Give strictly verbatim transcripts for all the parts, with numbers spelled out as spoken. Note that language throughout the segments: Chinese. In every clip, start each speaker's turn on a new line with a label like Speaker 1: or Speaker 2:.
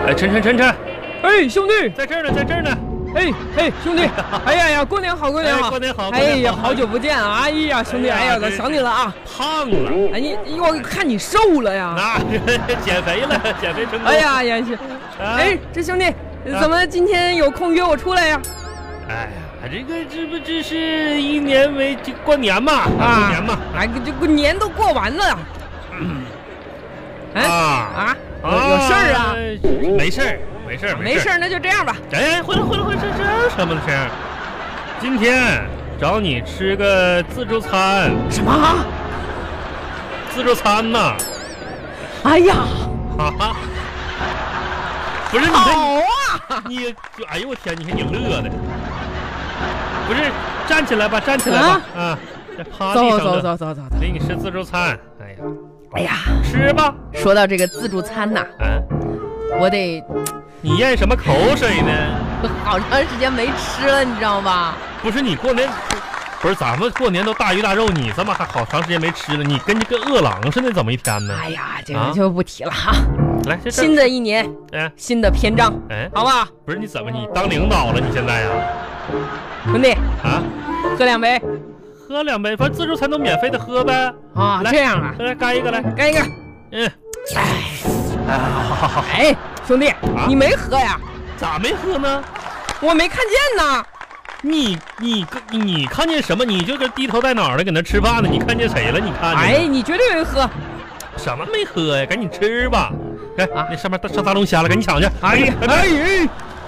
Speaker 1: 哎，晨晨晨晨，
Speaker 2: 哎，兄弟，
Speaker 1: 在这儿呢，在这儿呢。
Speaker 2: 哎哎，兄弟，哎呀呀，过年好，过年好，
Speaker 1: 过年好。
Speaker 2: 哎呀，好久不见啊！哎呀，兄弟，哎呀，我想你了啊，
Speaker 1: 胖了。
Speaker 2: 哎，你我看你瘦了呀。
Speaker 1: 那减肥了，减肥成功。
Speaker 2: 哎呀呀，是。哎，这兄弟，怎么今天有空约我出来呀？
Speaker 1: 哎呀，这个这不这是一年为这过年嘛，啊，过年嘛。
Speaker 2: 哎，这过年都过完了。嗯。哎啊啊，有事儿啊？
Speaker 1: 没事儿。没事
Speaker 2: 没事，那就这样吧。
Speaker 1: 哎，回来回来回来，这这什么事？今天找你吃个自助餐。
Speaker 2: 什么？
Speaker 1: 自助餐呐？
Speaker 2: 哎呀，
Speaker 1: 哈哈，不是你
Speaker 2: 好啊！
Speaker 1: 你哎呦我天，你看你乐的，不是站起来吧，站起来吧，啊，这趴地上
Speaker 2: 走走走走走，
Speaker 1: 给你吃自助餐。哎呀，
Speaker 2: 哎呀，
Speaker 1: 吃吧。
Speaker 2: 说到这个自助餐呐，
Speaker 1: 嗯，
Speaker 2: 我得。
Speaker 1: 你咽什么口水呢？
Speaker 2: 好长时间没吃了，你知道吧？
Speaker 1: 不是你过年，不是咱们过年都大鱼大肉，你这么还好长时间没吃了，你跟这个饿狼似的，怎么一天呢？
Speaker 2: 哎呀，这个就不提了哈。啊、
Speaker 1: 来，
Speaker 2: 新的一年，
Speaker 1: 哎，
Speaker 2: 新的篇章，
Speaker 1: 哎，
Speaker 2: 好吧？
Speaker 1: 不是你怎么你当领导了？你现在呀？
Speaker 2: 兄弟
Speaker 1: 啊，
Speaker 2: 喝两杯，
Speaker 1: 喝两杯，反正自助餐都免费的喝呗。
Speaker 2: 啊，这样啊，
Speaker 1: 来干一个，来
Speaker 2: 干一个。
Speaker 1: 嗯，
Speaker 2: 哎，好好好，哎。兄弟，啊、你没喝呀？
Speaker 1: 咋没喝呢？
Speaker 2: 我没看见呢。
Speaker 1: 你你你看见什么？你就这低头带脑的搁那吃饭呢？你看见谁了？你看见？
Speaker 2: 哎，你绝对没喝。
Speaker 1: 什么没喝呀？赶紧吃吧！来，啊、那上面上大龙虾了，赶紧抢去！
Speaker 2: 哎呀，哎呀，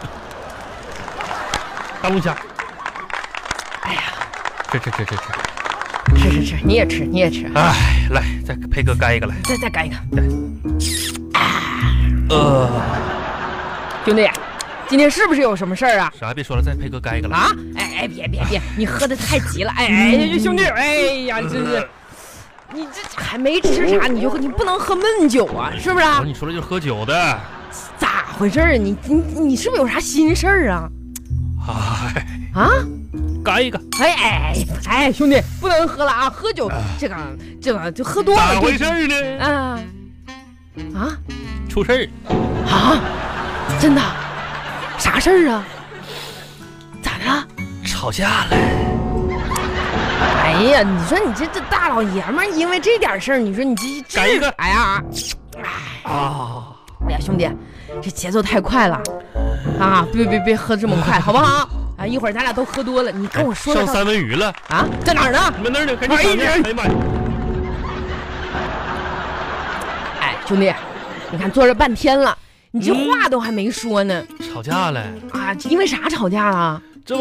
Speaker 1: 大龙虾！
Speaker 2: 哎呀，
Speaker 1: 吃吃吃吃吃，
Speaker 2: 吃吃吃，你也吃，你也吃。
Speaker 1: 哎，来，再陪哥干一个来，
Speaker 2: 再再干一个。
Speaker 1: 来。呃，
Speaker 2: 兄弟，今天是不是有什么事儿啊？
Speaker 1: 啥别说了，再陪哥干一个了
Speaker 2: 啊！哎哎，别别别，你喝的太急了！哎哎，兄弟，哎呀，真是，你这还没吃啥，你就你不能喝闷酒啊，是不是啊？
Speaker 1: 你说的就是喝酒的，
Speaker 2: 咋回事啊？你你你是不是有啥心事儿啊？
Speaker 1: 哎
Speaker 2: 啊，
Speaker 1: 干一个！
Speaker 2: 哎哎哎，兄弟，不能喝了啊！喝酒这个这个就喝多了，
Speaker 1: 咋回事呢？
Speaker 2: 啊啊！
Speaker 1: 出事儿
Speaker 2: 啊！真的？啥事儿啊？咋的了？
Speaker 1: 吵架了！
Speaker 2: 哎呀，你说你这这大老爷们儿，因为这点事儿，你说你这
Speaker 1: 干一个！
Speaker 2: 哎呀，
Speaker 1: 哎啊！
Speaker 2: 哎呀，兄弟，这节奏太快了啊！别别别喝这么快，好不好？啊，一会儿咱俩都喝多了，你跟我说
Speaker 1: 上三文鱼了
Speaker 2: 啊？在哪儿呢？
Speaker 1: 你们那儿呢？赶紧抢去！哎呀妈呀！
Speaker 2: 哎，兄弟。你看坐这半天了，你这话都还没说呢。
Speaker 1: 嗯、吵架了
Speaker 2: 啊？因为啥吵架了？
Speaker 1: 这不，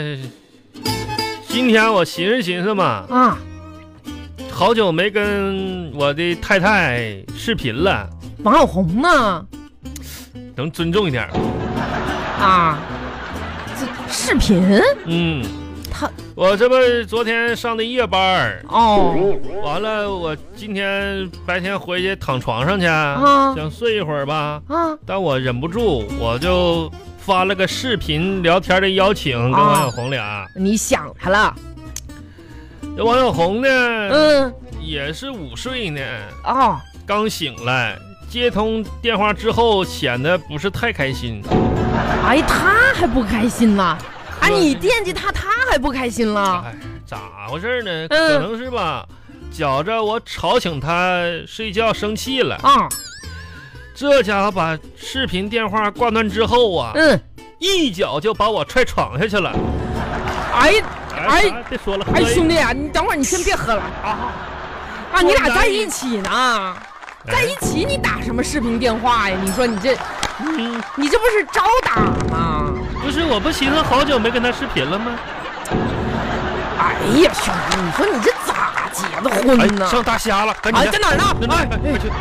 Speaker 1: 今天我寻思寻思嘛，
Speaker 2: 啊，
Speaker 1: 好久没跟我的太太视频了。
Speaker 2: 王小红呢？
Speaker 1: 能尊重一点
Speaker 2: 啊？这视频？
Speaker 1: 嗯。
Speaker 2: 他
Speaker 1: 我这不昨天上的夜班
Speaker 2: 哦，
Speaker 1: 完了我今天白天回去躺床上去，
Speaker 2: 啊、
Speaker 1: 想睡一会儿吧，
Speaker 2: 啊，
Speaker 1: 但我忍不住，我就发了个视频聊天的邀请，跟王小红俩。啊、
Speaker 2: 你想他了？
Speaker 1: 这王小红呢，
Speaker 2: 嗯，
Speaker 1: 也是午睡呢，
Speaker 2: 哦，
Speaker 1: 刚醒来，接通电话之后显得不是太开心。
Speaker 2: 哎，他还不开心呢？啊！你惦记他，他还不开心了？
Speaker 1: 哎，咋回事呢？可能是吧，觉着我吵醒他睡觉生气了
Speaker 2: 啊！
Speaker 1: 这家伙把视频电话挂断之后啊，
Speaker 2: 嗯，
Speaker 1: 一脚就把我踹床下去了。
Speaker 2: 哎哎，
Speaker 1: 别说了，
Speaker 2: 哎，兄弟啊，你等会儿，你先别喝了啊！啊，你俩在一起呢，在一起你打什么视频电话呀？你说你这，嗯，你这不是招打吗？
Speaker 1: 不是，我不寻思好久没跟他视频了吗？
Speaker 2: 哎呀，兄弟，你说你这咋结的婚呢？
Speaker 1: 哎、上大虾了，赶紧！
Speaker 2: 哎，在哪儿呢？
Speaker 1: 哎，快去！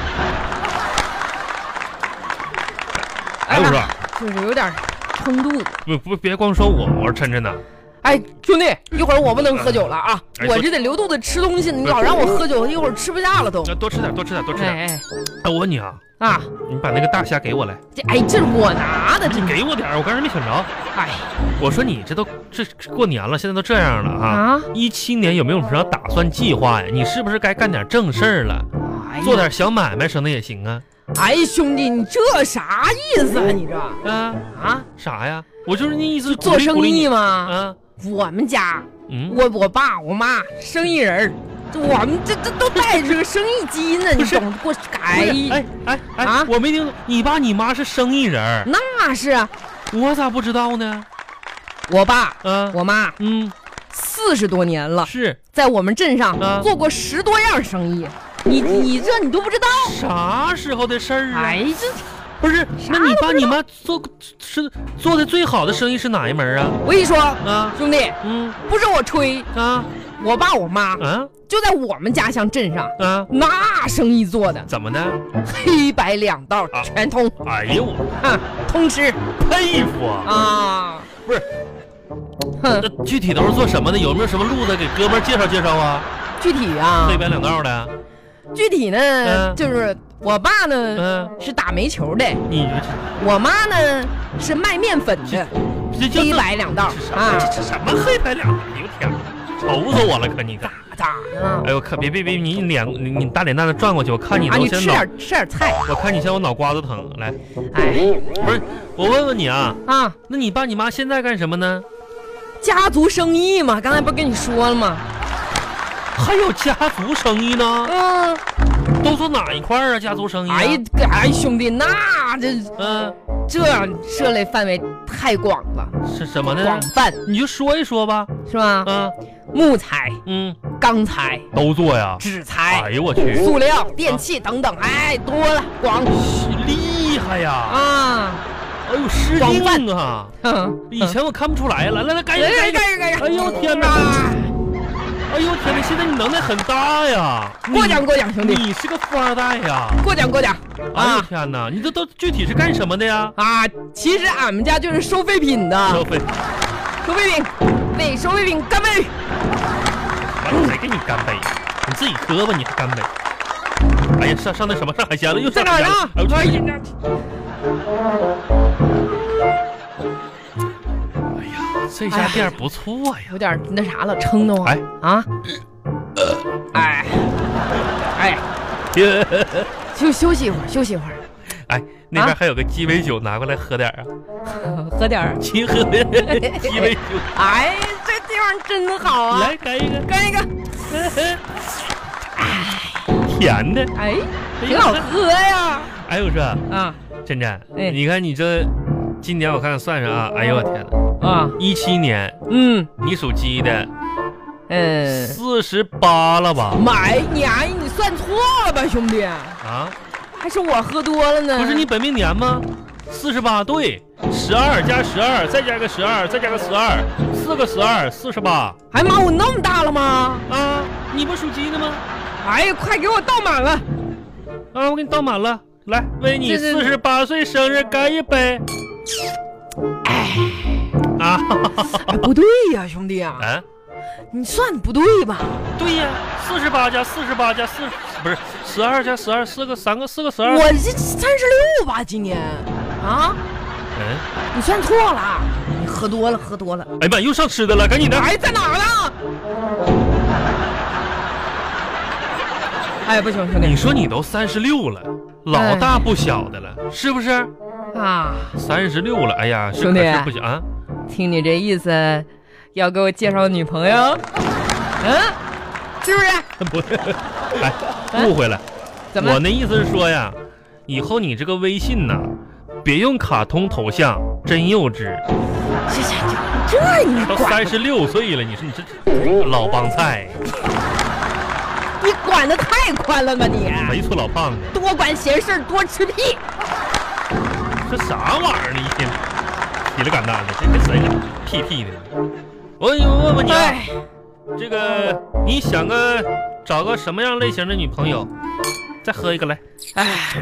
Speaker 1: 哎，我说，
Speaker 2: 就是有点撑肚子。
Speaker 1: 不不，别光说我，我说琛琛呐。
Speaker 2: 哎，兄弟，一会儿我不能喝酒了啊！哎、我这得留肚子吃东西，你老让我喝酒，一会儿吃不下了都。
Speaker 1: 多吃点，多吃点，多吃点。哎
Speaker 2: 哎，
Speaker 1: 哎，我问你啊。
Speaker 2: 啊！
Speaker 1: 你把那个大虾给我来。
Speaker 2: 这哎，这是我拿的，
Speaker 1: 你给我点，我刚才没想着。
Speaker 2: 哎，
Speaker 1: 我说你这都这过年了，现在都这样了啊！
Speaker 2: 啊，
Speaker 1: 一七年有没有什么打算计划呀？你是不是该干点正事儿了？
Speaker 2: 哎、
Speaker 1: 做点小买卖什么的也行啊。
Speaker 2: 哎，兄弟，你这啥意思啊？你这
Speaker 1: 啊
Speaker 2: 啊
Speaker 1: 啥呀？我就是那意思，
Speaker 2: 做生意吗？
Speaker 1: 啊，
Speaker 2: 我们家，
Speaker 1: 嗯，
Speaker 2: 我我爸我妈生意人，我们这这都带着个生意基呢，你懂？给我改。
Speaker 1: 哎哎哎
Speaker 2: 啊！
Speaker 1: 我没听，你爸你妈是生意人？
Speaker 2: 那是啊，
Speaker 1: 我咋不知道呢？
Speaker 2: 我爸，
Speaker 1: 嗯，
Speaker 2: 我妈，
Speaker 1: 嗯，
Speaker 2: 四十多年了，
Speaker 1: 是
Speaker 2: 在我们镇上
Speaker 1: 啊
Speaker 2: 做过十多样生意。你你这你都不知道？
Speaker 1: 啥时候的事儿啊？
Speaker 2: 哎，这
Speaker 1: 不是，那你爸你妈做是做的最好的生意是哪一门啊？
Speaker 2: 我跟你说，
Speaker 1: 啊，
Speaker 2: 兄弟，
Speaker 1: 嗯
Speaker 2: 不是我吹，
Speaker 1: 啊
Speaker 2: 我爸我妈
Speaker 1: 啊
Speaker 2: 就在我们家乡镇上，
Speaker 1: 啊，
Speaker 2: 那生意做的
Speaker 1: 怎么的？
Speaker 2: 黑白两道
Speaker 1: 啊
Speaker 2: 全通，
Speaker 1: 哎呦我
Speaker 2: 啊，通吃
Speaker 1: 佩服啊！
Speaker 2: 啊，
Speaker 1: 不是，
Speaker 2: 哼，
Speaker 1: 那具体都是做什么的？有没有什么路子给哥们儿介绍介绍啊？
Speaker 2: 具体啊
Speaker 1: 黑，白两道的，
Speaker 2: 具体呢
Speaker 1: 嗯
Speaker 2: 就是我爸呢
Speaker 1: 嗯，
Speaker 2: 是打煤球的，
Speaker 1: 你
Speaker 2: 我妈呢是卖面粉的，
Speaker 1: 这这
Speaker 2: 黑白两道
Speaker 1: 这什么
Speaker 2: 啊，
Speaker 1: 这这什么黑白两道？哎呦天，愁死我了，可你可！
Speaker 2: 咋的了？
Speaker 1: 哎呦，可别别别，你脸你你大脸蛋子转过去，我看你
Speaker 2: 啊，
Speaker 1: 都现在脑，
Speaker 2: 你吃点吃点菜，
Speaker 1: 我看你现在我脑瓜子疼。来，
Speaker 2: 哎
Speaker 1: 不是，我问问你啊，
Speaker 2: 啊，
Speaker 1: 那你爸你妈现在干什么呢？
Speaker 2: 家族生意嘛，刚才不跟你说了吗？
Speaker 1: 还有家族生意呢？
Speaker 2: 嗯，
Speaker 1: 都做哪一块儿啊？家族生意、啊？
Speaker 2: 哎呀，哎兄弟，那这
Speaker 1: 嗯，
Speaker 2: 这涉猎范围太广了，
Speaker 1: 是什么呢
Speaker 2: 广？泛
Speaker 1: 你就说一说吧。
Speaker 2: 是吧？
Speaker 1: 啊，
Speaker 2: 木材、
Speaker 1: 嗯，
Speaker 2: 钢材、
Speaker 1: 都做呀。
Speaker 2: 纸材、
Speaker 1: 哎呦我去，
Speaker 2: 塑料、电器等等，哎，多了广
Speaker 1: 厉害呀！
Speaker 2: 啊！
Speaker 1: 哎呦，失
Speaker 2: 广泛
Speaker 1: 敬啊！
Speaker 2: 哼
Speaker 1: 以前我看不出来了。来来，干一个，干一个！
Speaker 2: 干干
Speaker 1: 哎呦天哪！
Speaker 2: 啊！
Speaker 1: 哎呦天哪！现在你能耐很大呀！
Speaker 2: 过奖过奖，兄弟，
Speaker 1: 你是个富二代呀！
Speaker 2: 过奖过奖
Speaker 1: 哎呦
Speaker 2: 啊
Speaker 1: 天哪！你这都具体是干什么的呀？
Speaker 2: 啊！其实俺们家就是收废品的，
Speaker 1: 收费。
Speaker 2: 收废品，为收废品干杯！
Speaker 1: 完了，谁给你干杯？你自己喝吧，你还干杯？哎呀，上上那什么上海鲜了，又
Speaker 2: 在
Speaker 1: 上海鲜了
Speaker 2: 哪儿呢？？
Speaker 1: 哎呦
Speaker 2: 哎
Speaker 1: 天哪！
Speaker 2: 呀，
Speaker 1: 哎呀，这家店不错呀。
Speaker 2: 有点那啥了，撑的慌。
Speaker 1: 哎
Speaker 2: 啊，哎，哎，就休息一会儿，休息一会儿，
Speaker 1: 哎，那边还有个鸡尾酒，拿过来喝点啊。
Speaker 2: 喝点儿。
Speaker 1: 亲喝鸡尾酒，
Speaker 2: 哎，这地方真好啊！
Speaker 1: 来干一个，
Speaker 2: 干一个，
Speaker 1: 甜的。
Speaker 2: 哎，挺好喝呀！
Speaker 1: 哎，我说
Speaker 2: 啊
Speaker 1: 真真，
Speaker 2: 哎
Speaker 1: 你看你这今年我看看算上啊，哎呦我天哪，
Speaker 2: 啊，
Speaker 1: 一七年
Speaker 2: 嗯
Speaker 1: 你属鸡的，
Speaker 2: 嗯，
Speaker 1: 四十八了吧？
Speaker 2: 买你哎，你算错了吧，兄弟？
Speaker 1: 啊，
Speaker 2: 还是我喝多了呢？
Speaker 1: 不是你本命年吗？四十八，对，十二加十二，再加个十二，再加个十二，四个十二，四十八。
Speaker 2: 还妈，我那么大了吗？
Speaker 1: 啊，你不属鸡的吗？
Speaker 2: 哎呀，快给我倒满了！
Speaker 1: 啊，我给你倒满了，来，为你
Speaker 2: 这这
Speaker 1: 四十八岁生日干一杯。
Speaker 2: 哎，
Speaker 1: 啊，
Speaker 2: 哎，不对呀，兄弟啊，
Speaker 1: 啊，
Speaker 2: 你算不对吧？
Speaker 1: 对呀，四十八加四十八加四，不是十二加十二，四个三个四个十二。
Speaker 2: 我这三十六吧，今年啊，
Speaker 1: 嗯，
Speaker 2: 你算错了，你喝多了，喝多了。
Speaker 1: 哎呀妈，又上吃的了，赶紧的。
Speaker 2: 哎，在哪儿呢？哎，不行，兄弟
Speaker 1: 你说你都三十六了，老大不小的了，是不是？
Speaker 2: 啊，
Speaker 1: 三十六了，哎呀，是
Speaker 2: 兄弟
Speaker 1: 可是不行啊。
Speaker 2: 听你这意思，要给我介绍女朋友？嗯，是不是？
Speaker 1: 不是，哎，误会了。
Speaker 2: 怎么
Speaker 1: 我那意思是说呀，以后你这个微信呐，别用卡通头像，真幼稚。
Speaker 2: 这这这你管
Speaker 1: 都三十六岁了，你说你这老帮菜，
Speaker 2: 你管得太宽了吧你？
Speaker 1: 没错，老胖子，
Speaker 2: 多管闲事，多吃屁。
Speaker 1: 这啥玩意儿呢？一天提了赶蛋的，这跟谁呢？屁屁的。我我问问你啊，
Speaker 2: 哎，
Speaker 1: 这个你想个找个什么样类型的女朋友？再喝一个来，
Speaker 2: 哎，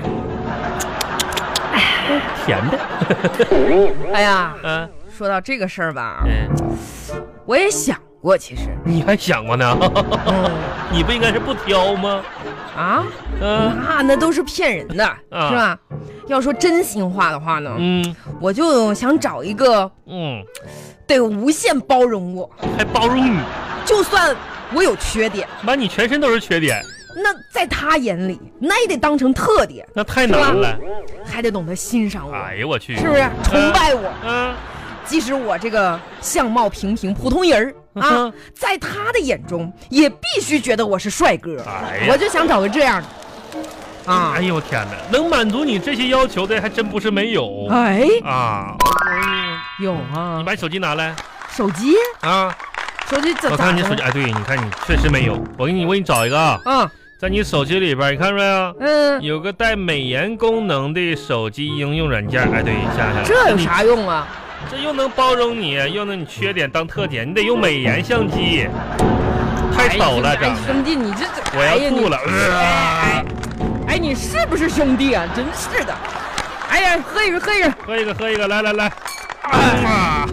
Speaker 1: 甜的。
Speaker 2: 哎呀，
Speaker 1: 嗯
Speaker 2: 说到这个事儿吧，
Speaker 1: 嗯，
Speaker 2: 我也想过，其实，
Speaker 1: 你还想过呢？
Speaker 2: 嗯
Speaker 1: 你不应该是不挑吗？
Speaker 2: 啊，
Speaker 1: 嗯
Speaker 2: 那那都是骗人的，
Speaker 1: 啊
Speaker 2: 是吧？要说真心话的话呢，
Speaker 1: 嗯
Speaker 2: 我就想找一个
Speaker 1: 嗯，
Speaker 2: 得无限包容我，
Speaker 1: 还包容你，
Speaker 2: 就算我有缺点，
Speaker 1: 妈，你全身都是缺点。
Speaker 2: 那在他眼里，那也得当成特点，
Speaker 1: 那太难了，
Speaker 2: 还得懂得欣赏我。
Speaker 1: 哎呀，我去，
Speaker 2: 是不是崇拜我？
Speaker 1: 嗯、啊，
Speaker 2: 即使我这个相貌平平普通人儿啊，嗯、在他的眼中也必须觉得我是帅哥。哎、我就想找个这样的。啊！
Speaker 1: 哎呦天哪，能满足你这些要求的还真不是没有。
Speaker 2: 哎
Speaker 1: 啊，
Speaker 2: 有啊！
Speaker 1: 你把手机拿来。
Speaker 2: 手机
Speaker 1: 啊，
Speaker 2: 手机怎么？
Speaker 1: 我看你手机，哎，对，你看你确实没有。我给你，我给你找一个啊。
Speaker 2: 嗯，
Speaker 1: 在你手机里边，你看着没有？
Speaker 2: 嗯，
Speaker 1: 有个带美颜功能的手机应用软件。哎，对，想想
Speaker 2: 这有啥用啊？
Speaker 1: 这又能包容你，又能你缺点当特点，你得用美颜相机。太丑了，这
Speaker 2: 兄弟，你这
Speaker 1: 我要吐了。
Speaker 2: 哎哎，你是不是兄弟啊？真是的！哎呀，喝一个，喝一个，
Speaker 1: 喝一个，喝一个，来来来！啊！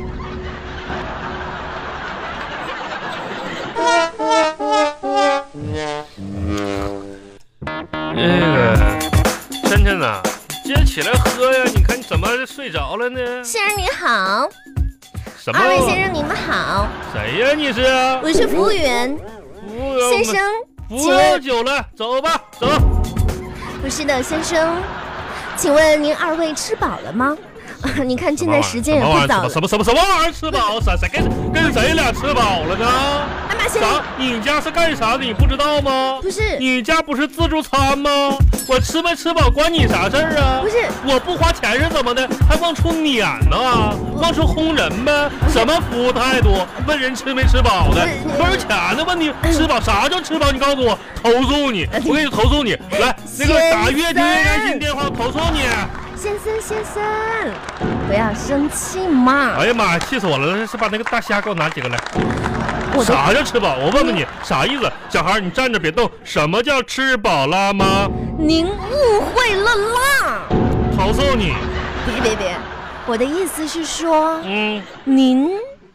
Speaker 1: 那个晨晨呐，今天起来喝呀！你看你怎么睡着了呢？
Speaker 3: 先生你好。
Speaker 1: 什么？
Speaker 3: 二位先生你们好。
Speaker 1: 谁呀？你是？
Speaker 3: 我是服务员。
Speaker 1: 服务员。
Speaker 3: 先生。
Speaker 1: 不喝酒了，走吧，走。
Speaker 3: 不是的，先生，请问您二位吃饱了吗？你看现在时间也不早了。
Speaker 1: 什么什么什么玩意儿吃饱？谁谁跟跟谁俩吃饱了呢？
Speaker 3: 哎妈，先生，
Speaker 1: 你家是干啥的？你不知道吗？
Speaker 3: 不是，
Speaker 1: 你家不是自助餐吗？我吃没吃饱关你啥事儿啊？
Speaker 3: 不是，
Speaker 1: 我不花钱是怎么的？还往出撵呢？往出轰人呗？什么服务态度？问人吃没吃饱的？多少钱呢？问你吃饱啥叫吃饱？你告诉我，投诉你！我给你投诉你！来，那个打越听热线电话投诉你。
Speaker 3: 先生，先生，不要生气嘛！
Speaker 1: 哎呀妈呀，气死我了！是把那个大虾给我拿几个来。啥叫吃饱？我问问你，啥意思？小孩，你站着别动。什么叫吃饱了吗？
Speaker 3: 您误会了啦！
Speaker 1: 投诉你！
Speaker 3: 别别别，我的意思是说，
Speaker 1: 嗯，
Speaker 3: 您，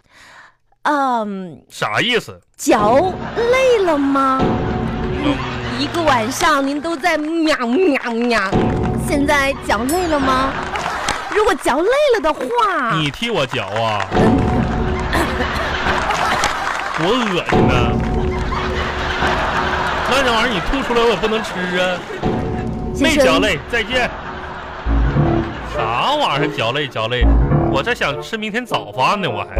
Speaker 3: 嗯，
Speaker 1: 啥意思？
Speaker 3: 脚累了吗？
Speaker 1: 嗯，
Speaker 3: 一个晚上您都在喵喵喵。现在脚累了吗？如果脚累了的话，
Speaker 1: 你替我脚啊！多恶心啊！那这玩意儿你吐出来我也不能吃啊！没脚累，再见。啥玩意儿脚累脚累？我这想吃明天早饭呢，我还。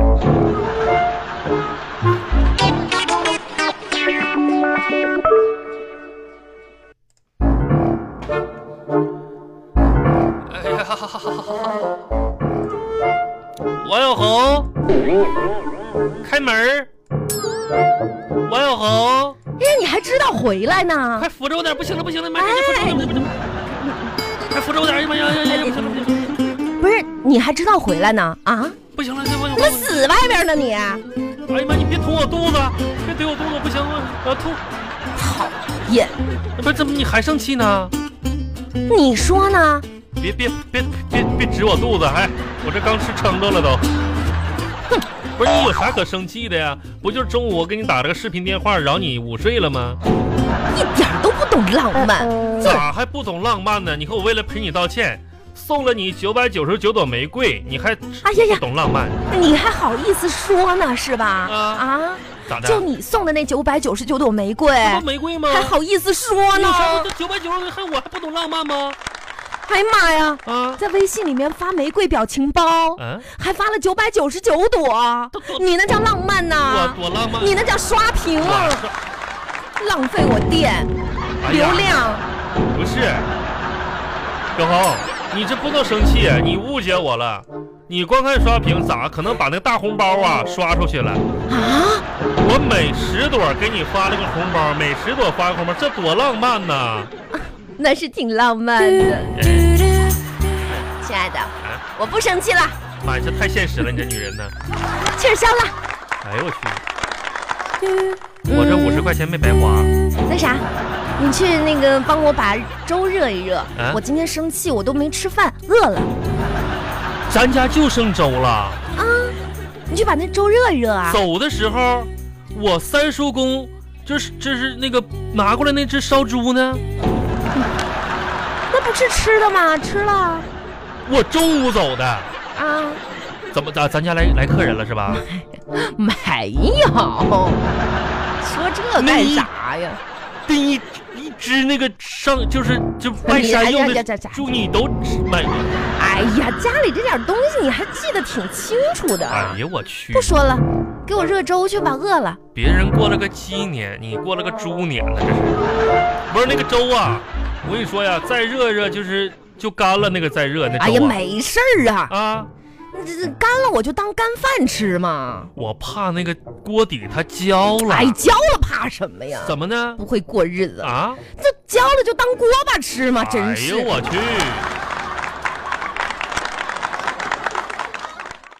Speaker 1: 王小红，开门！王小红，
Speaker 3: 哎，你还知道回来呢？
Speaker 1: 快扶着我点！不行了，不行了，没事，你扶着我，快扶着我点！哎呀妈呀呀呀！不行了，不行了！
Speaker 3: 不是，你还知道回来呢？啊？
Speaker 1: 不行了，我
Speaker 3: 那死外边呢你！
Speaker 1: 哎呀妈，你别捅我肚子，别怼我肚子，不行，我要吐。
Speaker 3: 讨厌！
Speaker 1: 不是，怎么你还生气呢？
Speaker 3: 你说呢？
Speaker 1: 别别别别别指我肚子，还我这刚吃撑着了都。哼，不是你有啥可生气的呀？不就是中午我给你打了个视频电话，扰你午睡了吗？
Speaker 3: 一点都不懂浪漫，
Speaker 1: 咋还不懂浪漫呢？你看我为了陪你道歉，送了你九百九十九朵玫瑰，你还
Speaker 3: 哎呀呀
Speaker 1: 不懂浪漫？
Speaker 3: 你还好意思说呢是吧？啊啊！
Speaker 1: 咋的？
Speaker 3: 就你送的那九百九十九朵玫瑰，
Speaker 1: 不玫瑰吗？
Speaker 3: 还好意思说呢？
Speaker 1: 这九百九十还我还不懂浪漫吗？
Speaker 3: 哎呀妈呀！
Speaker 1: 啊，
Speaker 3: 在微信里面发玫瑰表情包，嗯，还发了九百九十九朵，你那叫浪漫呐？
Speaker 1: 我多浪漫！
Speaker 3: 你那叫刷屏，浪费我电、哎、流量。
Speaker 1: 不是，小红，你这不能生气，你误解我了。你光看刷屏，咋可能把那个大红包啊刷出去了？
Speaker 3: 啊！
Speaker 1: 我每十朵给你发了个红包，每十朵发个红包，这多浪漫呐！
Speaker 3: 那是挺浪漫的，亲爱的，啊、我不生气了。
Speaker 1: 妈呀，这太现实了，你这女人呢？
Speaker 3: 气儿消了。
Speaker 1: 哎呦我去，我这五十块钱没白花。
Speaker 3: 那啥，你去那个帮我把粥热一热。
Speaker 1: 啊、
Speaker 3: 我今天生气，我都没吃饭，饿了。
Speaker 1: 咱家就剩粥了。
Speaker 3: 啊，你去把那粥热一热啊。
Speaker 1: 走的时候，我三叔公这是这是那个拿过来那只烧猪呢。
Speaker 3: 那不是吃的吗？吃了。
Speaker 1: 我中午走的。
Speaker 3: 啊？
Speaker 1: 怎么咱咱家来来客人了是吧？
Speaker 3: 没有。说这干啥呀？
Speaker 1: 一织那个上就是就外衫用的就你都买。
Speaker 3: 哎呀，家里这点东西你还记得挺清楚的。
Speaker 1: 哎呀，我去！
Speaker 3: 不说了，给我热粥去吧，饿了。
Speaker 1: 别人过了个鸡年，你过了个猪年了，这是？不是那个粥啊，我跟你说呀，再热热就是就干了，那个再热那粥、啊。
Speaker 3: 哎呀，没事儿啊。
Speaker 1: 啊。
Speaker 3: 这这干了我就当干饭吃嘛。
Speaker 1: 我怕那个锅底它焦了。
Speaker 3: 哎，焦了怕什么呀？
Speaker 1: 怎么呢？
Speaker 3: 不会过日子
Speaker 1: 啊？
Speaker 3: 这焦了就当锅巴吃嘛，真是。
Speaker 1: 哎呦我去！